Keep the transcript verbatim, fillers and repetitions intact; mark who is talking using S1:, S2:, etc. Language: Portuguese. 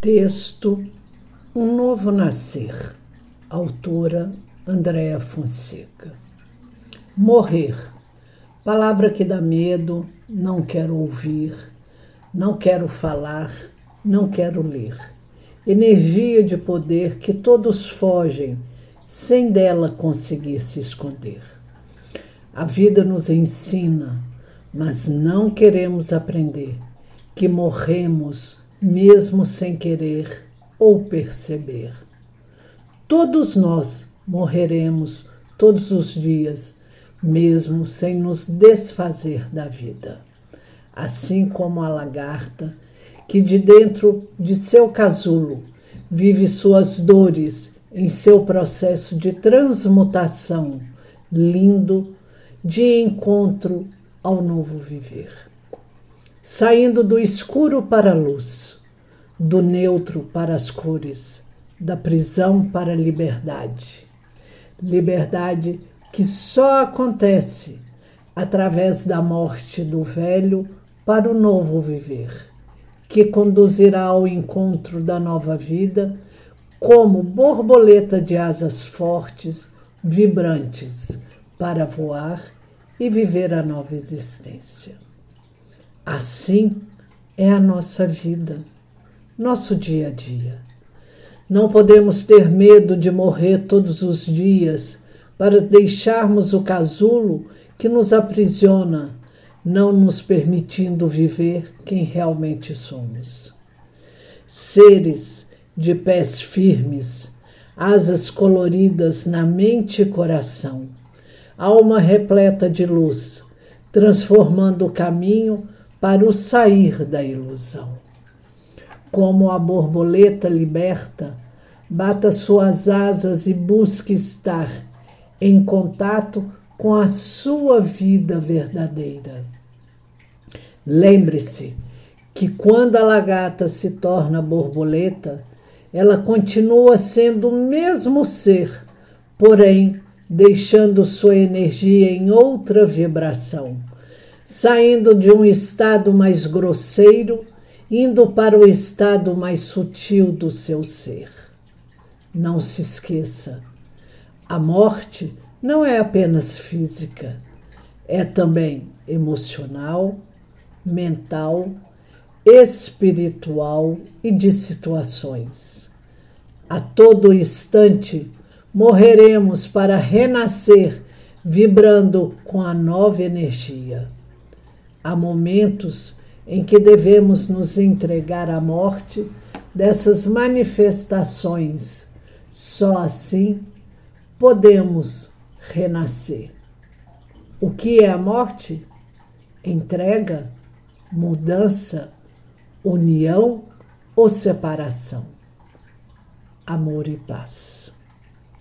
S1: Texto Um Novo Nascer, autora Andréa Fonseca. Morrer, palavra que dá medo, não quero ouvir, não quero falar, não quero ler. Energia de poder que todos fogem, sem dela conseguir se esconder. A vida nos ensina, mas não queremos aprender, que morremos mesmo sem querer ou perceber. Todos nós morreremos todos os dias, mesmo sem nos desfazer da vida. Assim como a lagarta, que de dentro de seu casulo vive suas dores em seu processo de transmutação, lindo, de encontro ao novo viver. Saindo do escuro para a luz, do neutro para as cores, da prisão para a liberdade. Liberdade que só acontece através da morte do velho para o novo viver, que conduzirá ao encontro da nova vida como borboleta de asas fortes, vibrantes, para voar e viver a nova existência. Assim é a nossa vida, nosso dia a dia. Não podemos ter medo de morrer todos os dias para deixarmos o casulo que nos aprisiona, não nos permitindo viver quem realmente somos. Seres de pés firmes, asas coloridas na mente e coração, alma repleta de luz, transformando o caminho para o sair da ilusão. Como a borboleta liberta, bata suas asas e busque estar em contato com a sua vida verdadeira. Lembre-se que quando a lagarta se torna borboleta, ela continua sendo o mesmo ser, porém deixando sua energia em outra vibração, saindo de um estado mais grosseiro, indo para o estado mais sutil do seu ser. Não se esqueça, a morte não é apenas física, é também emocional, mental, espiritual e de situações. A todo instante morreremos para renascer, vibrando com a nova energia. Há momentos em que devemos nos entregar à morte dessas manifestações. Só assim podemos renascer. O que é a morte? Entrega, mudança, união ou separação? Amor e paz.